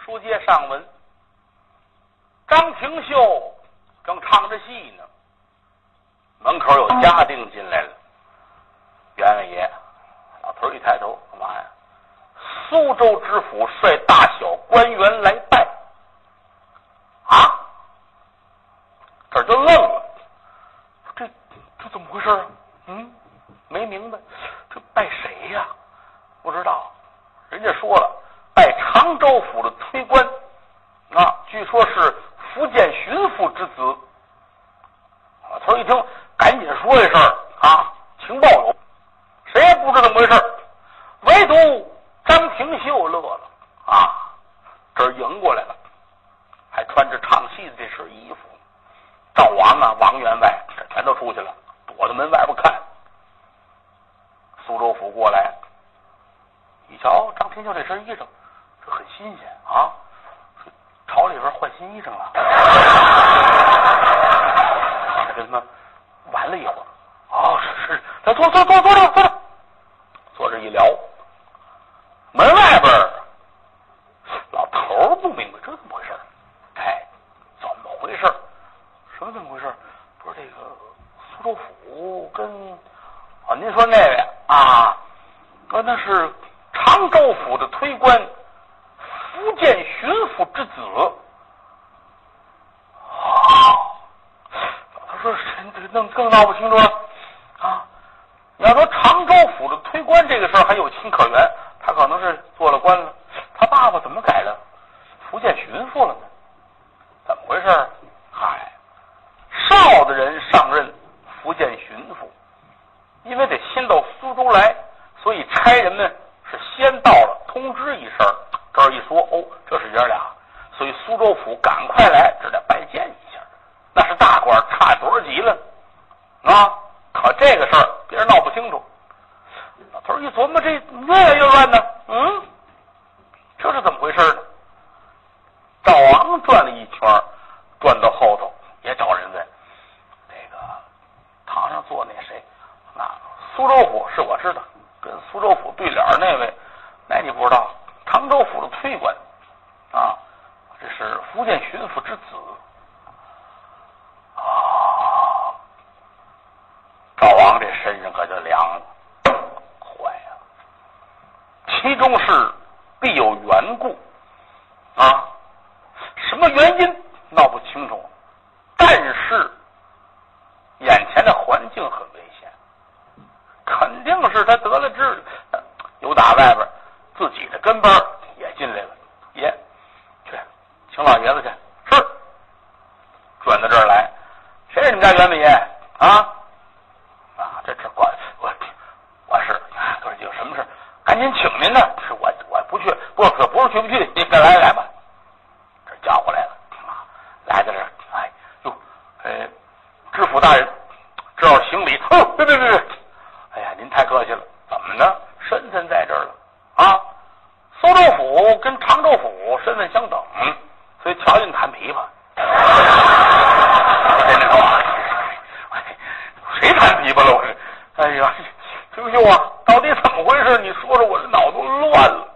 书接上文，张廷秀正唱着戏呢，门口有家丁进来了。员外爷，老头一抬头，干嘛呀？苏州知府率大小官员来拜。啊！这就愣了，这怎么回事啊？没明白，这拜谁呀？不知道。人家说了，拜常州府的推官啊，据说是福建巡抚之子。老头一听，赶紧说这事儿啊，情报有，谁也不知怎么回事，唯独张廷秀乐了啊，这儿迎过来了，还穿着唱戏的这身衣服。赵王啊，王员外这全都出去了，躲在门外边看。苏州府过来一瞧，张廷秀这身衣裳，这很新鲜啊，朝里边换新衣裳了。这他妈玩了一会儿，哦，是，来坐着，坐着一聊，门外边老头不明白这怎么回事，怎么回事？什么怎么回事？不是这个苏州府跟您说那位啊，那是常州府的推官，福建巡抚之子。他说这更闹不清楚了啊！你要说常州府的推官这个事儿还有情可原，他可能是做了官了，他爸爸怎么改了福建巡抚了呢？怎么回事？少的人上任福建巡抚，因为得先到苏州来，所以差人们是先到了，通知一声，这儿一说，这是爷俩，所以苏州府赶快来，这得拜见一下。那是大官，差多少级了啊？可这个事儿别人闹不清楚。老头一琢磨，这越来越乱呢。这是怎么回事呢？赵王转了一圈，转到后头也找人问。这个堂上坐那谁苏州府是我知道，跟苏州府对脸那位，那你不知道，常州府的推官啊，这是福建巡抚之子啊。赵王这身上可就凉了，坏了，其中是必有缘故啊，什么原因闹不清楚，但是眼前的环境很危险，肯定是他得了志，有打外边自己的跟班也进来了，爷去请老爷子去，是转到这儿来，谁是你们家员外爷啊？这我是有什么事赶紧请您呢，是我不去，不是去不去，您来吧，这叫过来了来在这儿，知府大人，这要行礼。别，哎呀，您太客气了。怎么呢？身份在这儿了啊！苏州府跟常州府身份相等，所以条件弹琵琶。谁弹琵琶了？我是，哎呀，廷秀啊，到底怎么回事？你说说，我这脑都乱了。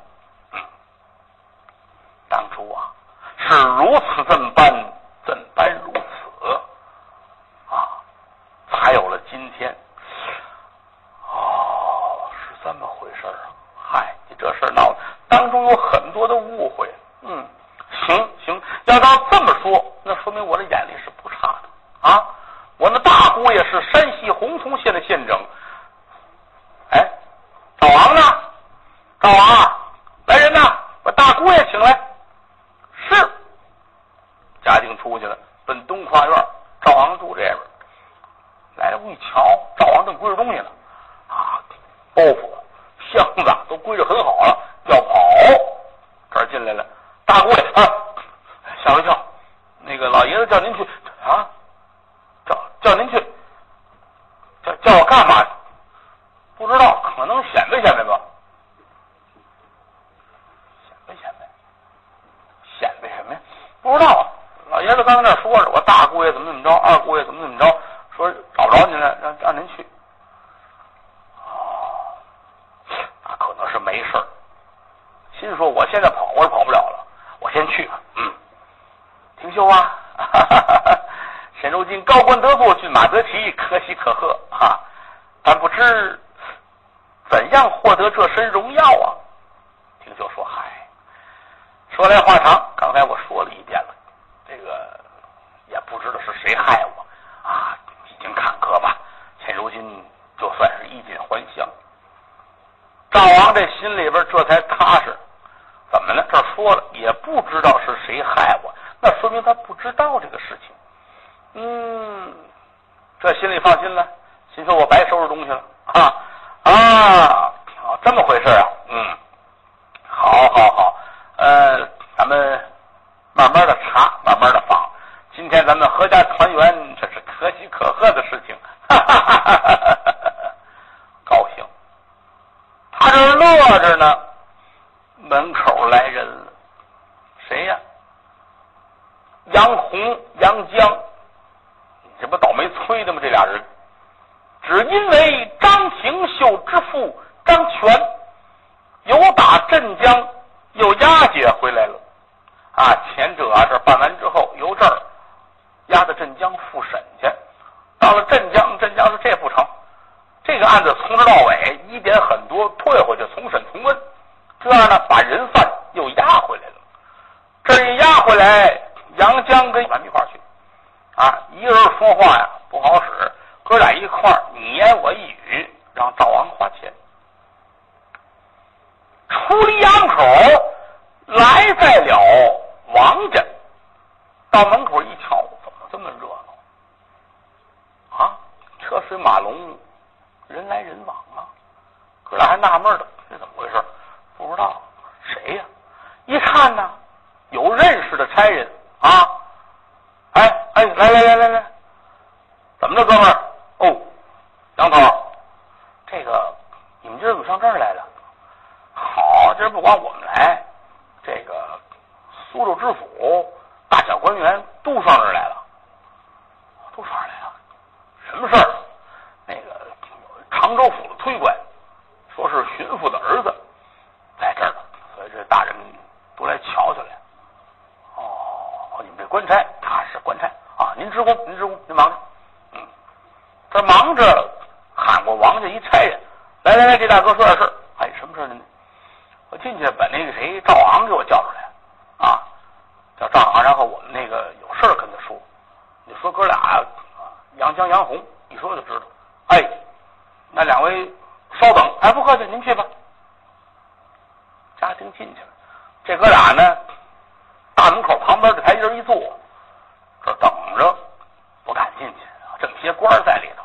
当初啊，是如此这么办，怎般如此啊？才有了今天。是这么回事啊！你这事儿闹当中有很多的误会。行，要照这么说，那说明我的眼力是不差的啊！我那大姑爷是山西洪洞县的县城。赵王呢？赵王，来人呐，把大姑爷请来。是。家丁出去了，奔东跨院。赵王住这边。来了，我一瞧，赵王正归置东西呢，包袱、箱子都归置很好了，要跑，这儿进来了。大姑爷吓我一跳，那个老爷子叫您去啊，叫您去，叫我干嘛？不知道，可能显摆吧。显摆什么呀？不知道啊。老爷子刚才那说着，我大姑爷怎么着，二姑爷怎么着，说找不着您了，让您去。那可能是没事儿。心说我现在跑，我是跑不了了，我我先去吧。廷秀啊，现如今高官得坐，骏马得骑，可喜可贺啊！但不知怎样获得这身荣耀啊？廷秀说：“嗨，说来话长，刚才我说了一遍了，这个也不知道是谁害我啊，已经坎坷吧。现如今就算是衣锦还乡。”赵王这心里边这才踏实。怎么呢？这说了也不知道是谁害我，那说明他不知道这个事情。这心里放心了，心说我白收拾东西了这么回事啊？好，咱们慢慢的查，慢慢的访。今天咱们阖家团圆，这是可喜可贺的事情，高兴。他这乐着呢，门口来人了，谁呀？杨洪、杨江，这不倒霉催的吗？这俩人，只因为张廷秀之父张全由打镇江又押解回来了前者这办完之后，由这儿押到镇江复审去。到了镇江说这不成，这个案子从头到尾疑点很多，退回去重审重问。这样呢，把人犯又押回来了。这一押回来，杨江跟咱们一块儿去一个人说话呀不好使，哥俩一块儿你言我一语，让赵王花钱。出离阳口，来在了王家，到门口一瞧，怎么这么热闹车水马龙，人来人往哥俩还纳闷的，这怎么回事？不知道谁呀？一看呢，有认识的差人来，怎么着，哥们儿？杨头，这个你们今儿怎么上这儿来了？好，今儿不光我们来，这个苏州知府、大小官员都上这儿来了。什么事儿？那个常州府的推官说是巡抚的儿子在这儿呢，所以这大人都来瞧瞧来。你们这官差，他是官差您职工，您忙着。这忙着喊过王家一差人，来，这大哥说点事儿。什么事儿呢？我进去把那个谁赵昂给我叫出来叫赵昂，然后我们那个有事儿跟他说。你说哥俩杨江、杨洪，一说就知道。那两位稍等，不客气，您去吧。家丁进去了，这哥俩呢，大门口旁边这台阶一坐，这等着，不敢进去，这么些官在里头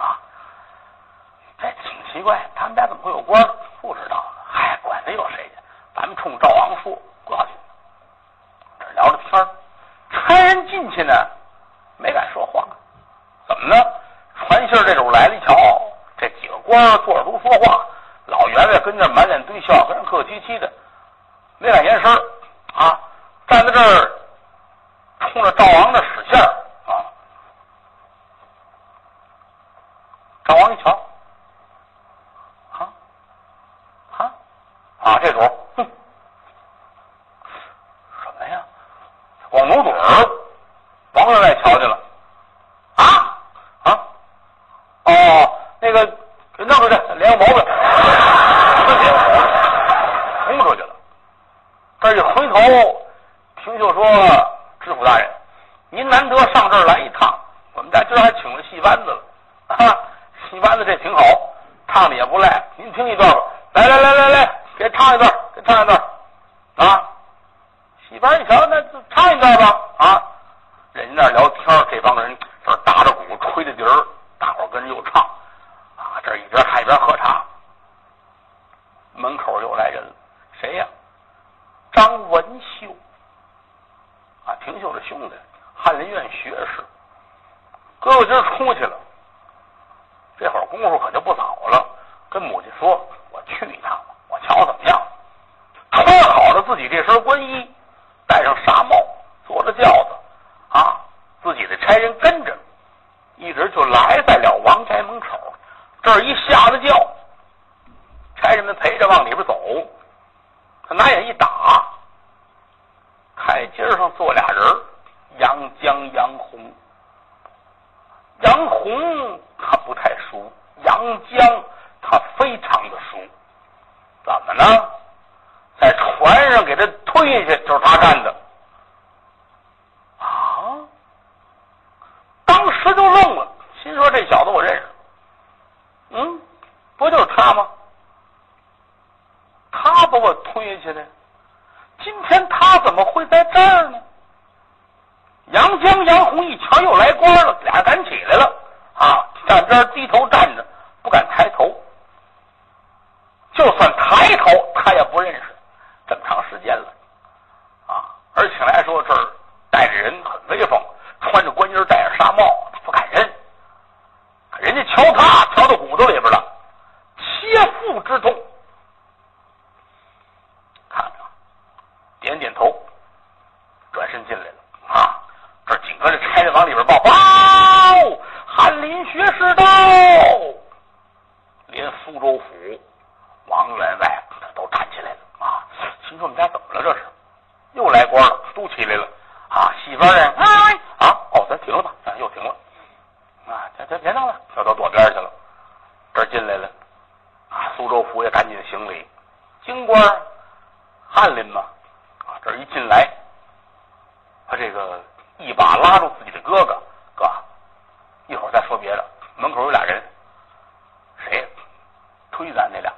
这挺奇怪，他们家怎么会有官？不知道呢。管他有谁去，咱们冲赵王说，过去。这聊着天差人进去呢，没敢说话。怎么呢？传信这种来了，一瞧，这几个官坐着都说话，老员外跟那满脸堆笑，跟人客气气的，没敢言声站在这儿，冲着赵王的使线赵王一瞧，这主什么呀？光努嘴儿，王员外瞧见了，那个给弄出去，脸有毛病，轰出去了。这一回头，廷秀说：“知府大人，您难得上这儿来一趟，我们家今儿还请了戏班子了戏班子这挺好，唱的也不赖，您听一段吧。来，给唱一段。戏班一瞧，那就唱一段吧人家那儿聊天，这帮人这儿打着鼓，吹着笛儿，大伙儿跟人又唱这一边看一边喝茶。门口又来人了，谁呀？张文秀廷秀的兄弟，翰林院学士。哥哥今儿出去了，这会儿功夫可就不早了，跟母亲说：“我去一趟，我瞧怎么样。”穿好了自己这身官衣，戴上纱帽，坐着轿子自己的差人跟着，一直就来在了王宅门口。这儿一下子轿，差人们陪着往里边走，他拿眼一打， 上坐俩人，杨江、杨红。杨红他不太熟，杨江他非常的熟。怎么呢？在船上给他推下去，就是他干的。啊！当时就愣了，心说这小子我认识。不就是他吗？他把我推下去的，今天他怎么会在这儿呢？杨江、杨红一瞧又来官了，俩赶起来了啊！站这儿低头站着，不敢抬头。就算抬头，他也不认识，这么长时间了啊！而且来说这儿带着人很威风，穿着官衣戴着纱帽，不敢认。人家瞧他瞧到骨头里边了，切腹之痛。看着点点头，转身进来了啊！这紧跟着差人往里边报：报，翰林学士到！连苏州府王员外都站起来了啊！心说我们家怎么了？这是又来官了，都起来了啊！戏班人咱停了吧，又停了啊！别闹了，这都躲边去了。这儿进来了啊！苏州府也赶紧行礼，京官翰林嘛啊！这儿一进来，他这个一把拉住自己的哥哥，哥，一会儿再说别的。门口有俩人，谁？推咱那俩。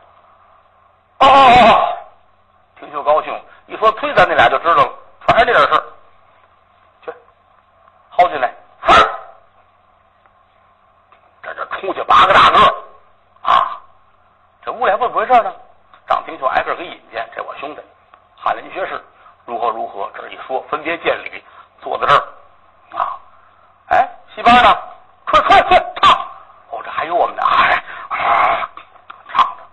挺秀高兴，一说推咱那俩就知道了，全是这点事儿。去，薅进来，这出去8个大个啊！这屋里还问回事呢。张廷秀挨个给引荐，这我兄弟，翰林学士如何如何。这一说，分别见礼，坐在这儿啊。哎，戏班呢？快唱！这还有我们的唱着。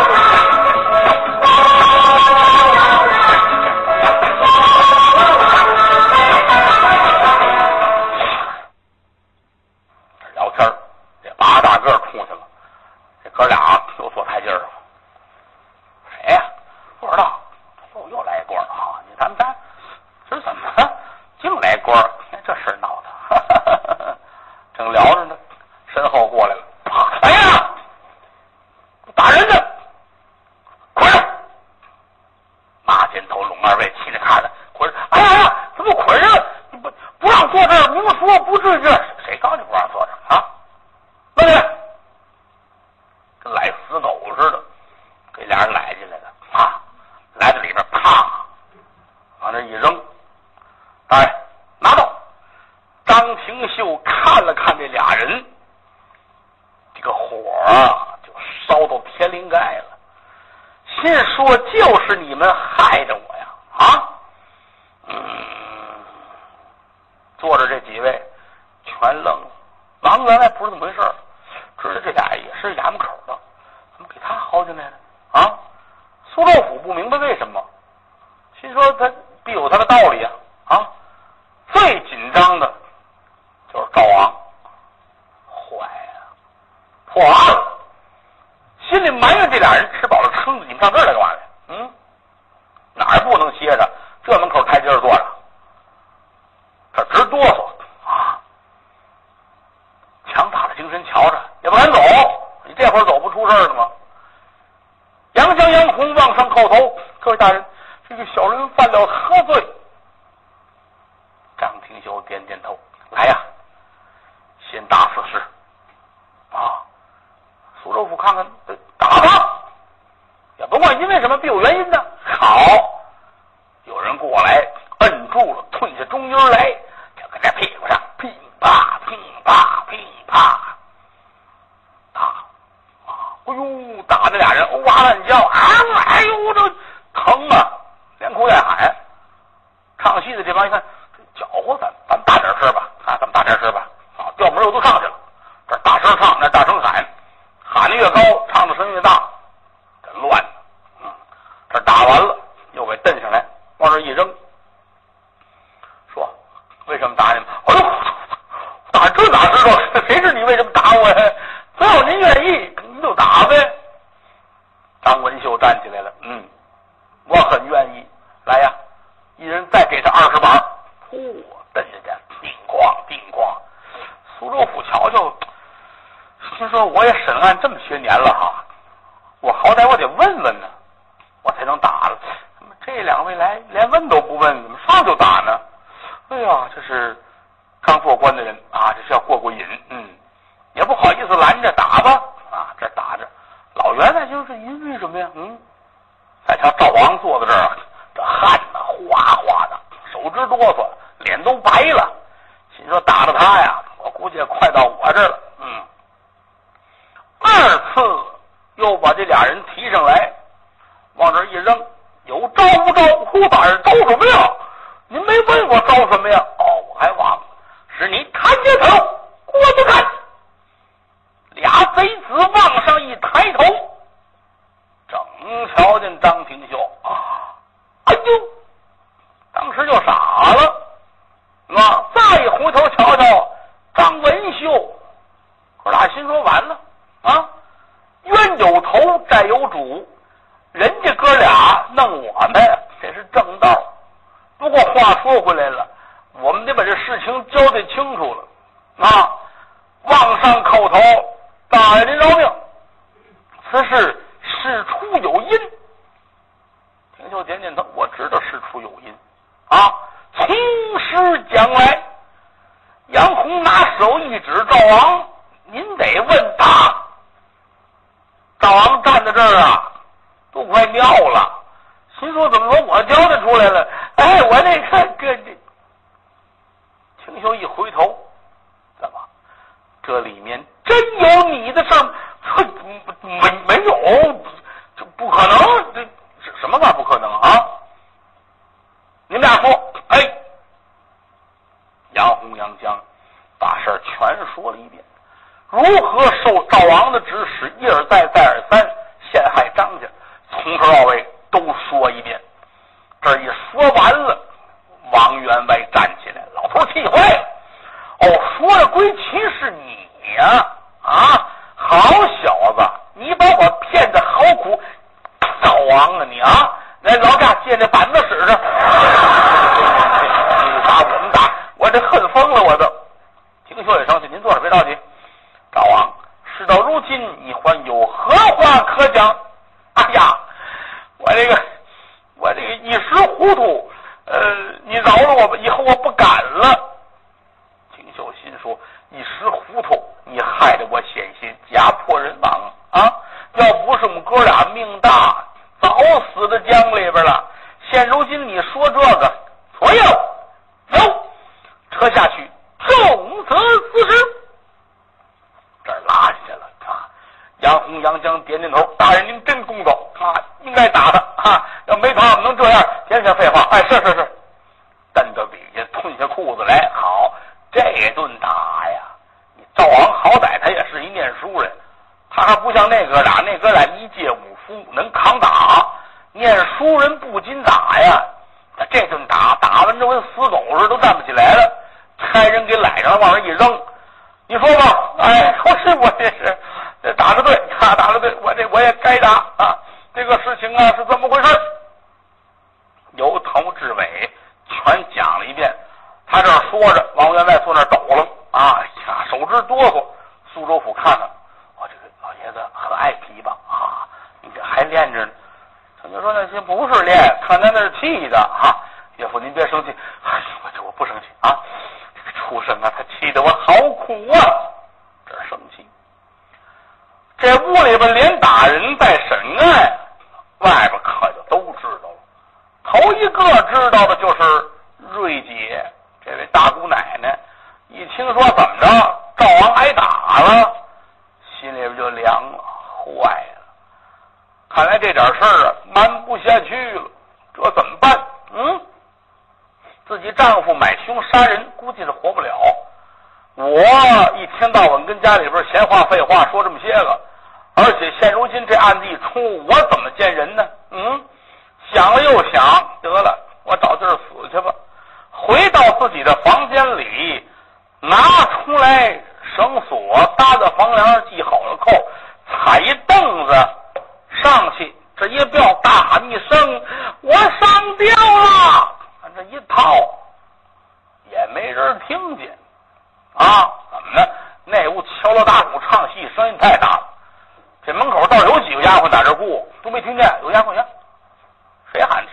这聊天，这8大个出去了，这哥俩又坐台阶上。谁呀？不知道。又来官啊！咱们家这怎么净来官？这事闹的，正聊着呢，身后过来了。哎呀，打人呢！捆上！马肩头龙二位气着看着，捆上！哎呀，怎么捆上了？你不让坐这儿，明说不至于。谁告诉你不让坐这儿啊？弄进来，跟来死狗似的，给俩人来进来了啊！来到里边，啪，往这一扔。哎，拿到。张廷秀看了看这俩人，这个火就烧到天灵盖了，心说就是你们害着我呀！啊，坐着这几位全愣了。王员外不是怎么回事，知道这俩也是衙门口的，怎么给他薅进来了啊？苏州府不明白为什么，心说他必有他的道理啊！啊，最紧张的就是赵王，坏呀，破案了，心里埋怨这俩人吃饱了撑的，你们上这儿来干嘛来？哪儿不能歇着？这门口台阶坐着，这直哆嗦啊！强大的精神瞧着也不敢走，你这会儿走不出事儿了吗？杨江、杨红往上叩头，各位大人，这个小人犯了何罪？张廷秀点点头，来呀，先打4十啊！苏州府看看，打他，也甭管因为什么，必有原因的。好，有人过来摁住了，吞下中音来，就搁这屁股上乒啪乒啪乒啪打。哎呦，打那俩人哇乱叫啊！哎呦，这疼啊，连哭带喊。唱戏的这帮一看，这搅和咱大点声吧，啊，咱们大点声吧，啊，调门又都上去了，这大声唱，那大声喊，喊得越高，唱的声越大，这乱了。这打完了，又给蹬上来，往这一扔，说为什么打你们？哎呦，打这哪知道？谁知你为什么打我呀？只要您愿意，您就打呗。张文秀站起来了，我很愿意。来呀，一人再给他20板。 说我也审案这么些年了哈，我好歹我得问问呢，我才能打了。怎么这两位来连问都不问，怎么上就打呢？哎呀，这是刚做官的人啊，这是要过瘾，也不好意思拦着打吧啊，这打着。老员外就是因为什么呀？再瞧赵王坐在这儿，这汗呐哗哗的，手直哆嗦，脸都白了，心说打了他呀，我估计也快到我这儿了。二次又把这俩人提上来，往这一扔，有招无招？胡大人招什么呀？您没问我招什么呀？我还忘了，是你看见头，我不看。俩贼子往上一抬头，正瞧见张廷秀啊！哎呦，当时就傻了。再一回头瞧瞧张文秀，哥俩心说完了啊！冤有头债有主，人家哥俩弄我们，这是正道。不过话说回来了，我们得把这事情交代清楚了啊！往上叩头，大人您饶命，此事事出有因。廷秀点点头，我知道事出有因啊。从实讲来，杨洪拿手一指赵王，您得问他。赵王站在这儿啊，都快尿了，心说怎么把我交代出来了？我这廷秀一回头，怎么这里面真有你的事儿？没有，这不可能，这什么玩意不可能啊？你们俩说，杨洪、杨江把事儿全说了一遍，如何受赵王的指使，一而再再而三陷害张家，从头到尾都说一遍。这一说完了，王员外站起来，老头气坏了。说的归齐是你呀！好小子，你把我骗得好苦，赵王啊你啊！来老家借那板子使着，你打我们打，我这恨疯了我都。廷秀也生气，您坐着别着急。赵王，事到如今，你还有何话可讲？哎呀，我这个一时糊涂，你饶了我吧，以后我不敢了。廷秀心说，一时糊涂，你害得我险些家破人亡啊！要不是我们哥俩命大，早死在江里边了。现如今你说这个，左右走，撤下去，重责4十。这儿拉下去了啊！杨洪、杨江点点头，大人您真公道啊，应该打他啊！要没他能这样？别废话，是，蹬到底下吞下裤子来。好，这顿打呀，你赵王好歹他也是一念书人，他还不像那哥俩一介武夫能扛打。念书人不禁打呀，这顿打完之后跟死狗似的都站不起来了，差人给揽上往上一扔。你说吧，我这是打得对，打得对，我也该打啊！这个事情啊是怎么回事？由头至尾全讲了一遍。他这说着，王员外坐那抖了啊，手直哆嗦。苏州府看看，我这个老爷子很爱琵琶啊，你这还练着呢。他就说那些不是练，看他那是气的哈。岳父您别生气，我不生气啊。这个畜生啊，他气得我好苦啊！这生气。这屋里边连打人带审案，外边可就都知道了。头一个知道的就是瑞姐这位大姑奶奶，一听说怎么着赵王挨打了，心里边就凉了，坏了。看来这点事儿啊瞒不下去了，这怎么办？自己丈夫买凶杀人，估计是活不了。我一天到晚跟家里边闲话废话说这么些个，而且现如今这案子一出，我怎么见人呢？想了又想，得了，我找地儿死去吧。回到自己的房间里，拿出来绳索搭在房梁上，系好了扣，踩一凳子上去，这一吊，大喊一声：“我上吊了！”这一套也没人听见啊？怎么呢？那屋敲锣打鼓唱戏，声音太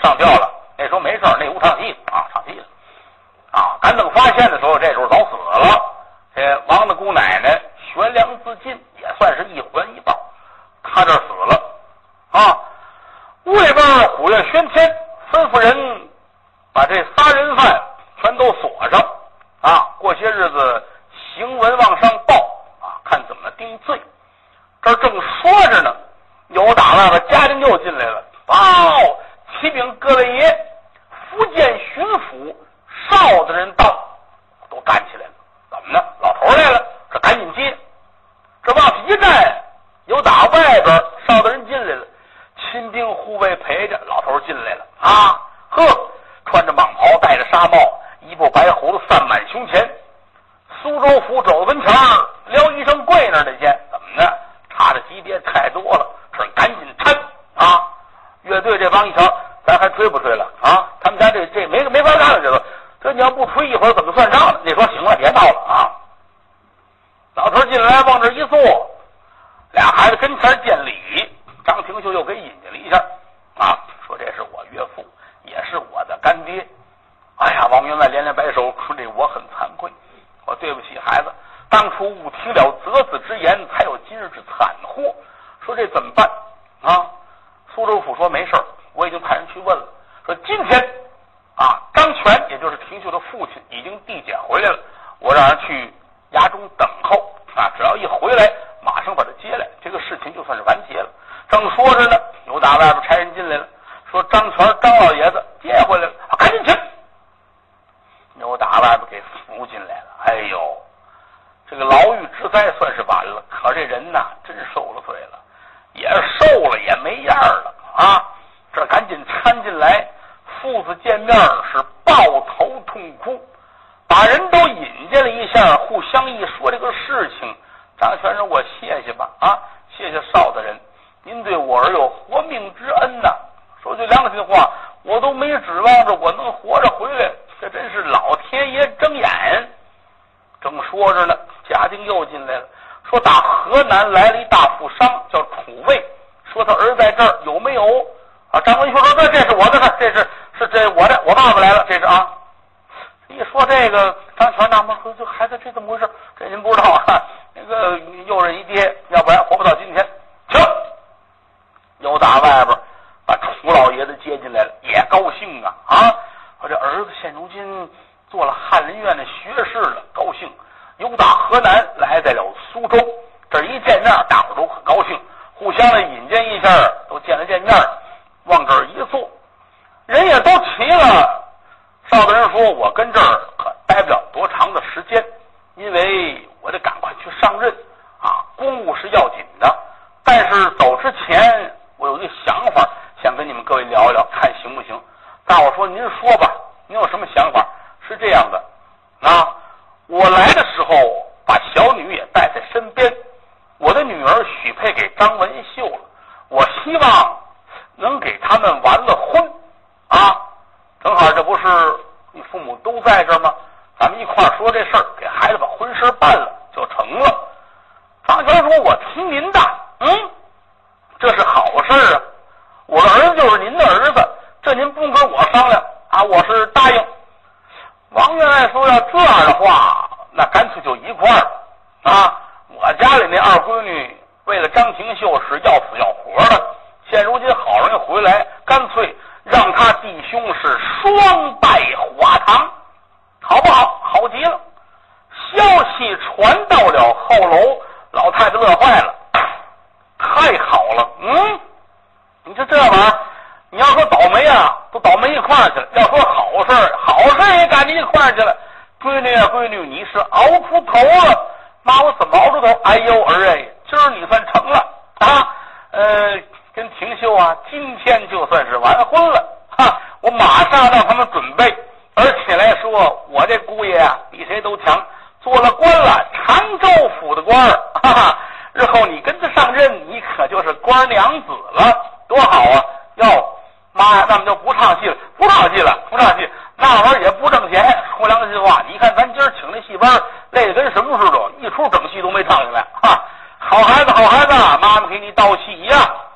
上吊了。那时候没事那屋唱戏啊，唱戏了啊。赶等发现的时候，这时候早死了。这王的姑奶奶悬梁自尽，也算是一环一报。他这死了啊。屋里边虎跃喧天，吩咐人把这仨人犯全都锁上啊。过些日子行文往上报啊，看怎么定罪。这正说着呢，有打那个家丁又进来了，报启禀各位爷，福建巡抚邵的人到，都站起来了。怎么呢？老头来了，这赶紧接。这往下一站，有打外边邵的人进来了，亲兵护卫陪着，老头进来了啊！呵，穿着蟒袍，戴着纱帽，一部白胡子散满胸前，苏州府走跟前撩一声跪那儿的见，怎么呢？差的级别太多了，这赶紧搀啊！乐队这帮一瞧，咱还吹不吹了啊？他们家这没法干了，这你要不吹一会儿怎么算账呢？那说行了，别闹了啊！老头进来往这一坐，俩孩子跟前见礼，张廷秀又给引荐了一下啊，说这是我岳父，也是我的干爹。哎呀，王员外连连摆手，说这我很惭愧，我对不起孩子，当初误听了择子之言，才有今日之惨祸。说这怎么办啊？苏州府说没事，我已经派人去问了，说今天啊，张全也就是廷秀的父亲已经递解回来了，我让人去衙中等候啊，只要一回来马上把他接来，这个事情就算是完结了。正说着呢，有打外边差人进来了，说张全张老爷子接回来了，赶紧请。有打外边给扶进来了。哎呦，这个牢狱之灾算是完了，可这人呐真受了罪了，也瘦了也没样了啊！这赶紧搀进来，父子见面是抱头痛哭，把人都引荐了一下，互相一说这个事情。张全说：“我谢谢吧啊，谢谢邵大人，您对我儿有活命之恩呐。说句良心话，我都没指望着我能活着回来，这真是老天爷睁眼。”正说着呢，家丁又进来了，说打河南来了一大富商，叫楚卫，说他儿在这儿有没有啊？张文秀说：“这是我的事，这我的，我爸爸来了，这是啊。”一说这个，张全纳闷说：“这孩子这怎么回事？这您不知道啊？那个又是一爹，要不然活不到今天。”行，又打外边把楚老爷子接进来了，也高兴啊啊！我这儿子现如今做了翰林院的学士了，高兴。又打河南来在了苏州，这一见面，大伙都很高兴，互相的引荐一下，都见了见面，往这儿一坐，人也都齐了。邵大人说：“我跟这儿可待不了多长的时间，因为我得赶快去上任啊，公务是要紧的。但是走之前，我有一个想法，想跟你们各位聊一聊，看行不行？”大伙说：“您说吧，您有什么想法？”是这样的啊，我来的时候把小女也带在身边，我的女儿许配给张文秀了，我希望能给他们完了婚啊。正好这不是你父母都在这儿吗？咱们一块儿说这事儿，给孩子把婚事办了就成了。张全说：“我听您的，这是好事啊，我的儿子就是您的儿子，这您不用跟我商量啊，我是答应。”王员外说：“要这样的话，那干脆就一块儿啊！我家里那二闺女为了张廷秀是要死要活的，现如今好容易回来，干脆让他弟兄是双拜华堂，好不好？好极了！”消息传到了后楼，老太太乐坏了，太好了！你说这玩意儿，你要说倒霉啊，都倒霉一块儿去了；要说好事，好事也赶进一块儿去了。闺女啊，闺女，你是熬出头了。妈，我怎么熬出头？哎呦儿哎，今儿你算成了啊！跟廷秀啊，今天就算是完婚了哈！我马上让他们准备，而且来说，我这姑爷啊，比谁都强，做了官了，常州府的官儿，哈哈！日后你跟他上任，你可就是官娘子了，多好啊！哟，妈呀，那么就不唱戏了，不唱戏了，不唱戏，那玩意儿也不挣钱。说良心话，你看咱今儿请这戏班，累得跟什么似的，一出整戏都没唱下来哈！好孩子，好孩子，妈妈给你道喜呀！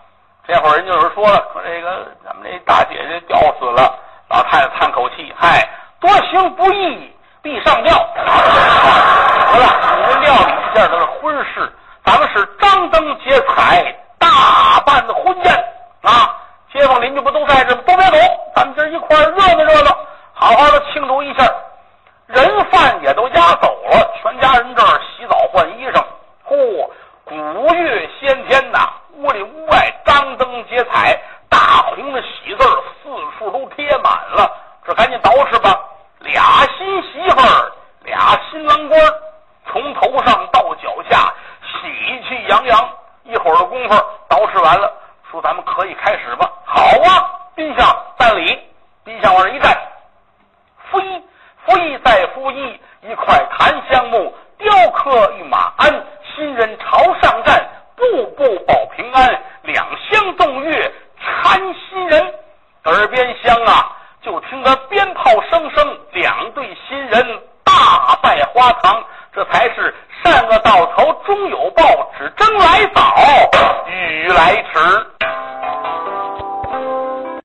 这会儿人就是说了，说这个咱们这大姐姐吊死了，老太太叹口气，嗨，多行不义必上吊。得了，你们料理一下都是婚事，咱们是张灯结彩，大办的婚宴啊！街坊邻居不都在这吗？都别走，咱们今儿一块儿热闹热闹，好好的庆祝一下。人饭也都押走了，全家人这儿洗澡换衣裳。嚯，古乐先天呐，屋里屋外张灯结彩，大红的喜字四处都贴满了。这赶紧捯饬吧，俩新媳妇儿，俩新郎官，从头上到脚下喜气洋洋。一会儿的功夫捯饬完了，说咱们可以开始吧。好啊，宾相办理。宾相往这一站，夫一再夫一，一块檀香木雕刻一马鞍，新人朝上站，步步保平安，两相动乐搀新人。耳边香啊，就听得鞭炮声声，两对新人大拜花堂。这才是善恶到头终有报，只争来早，雨来迟。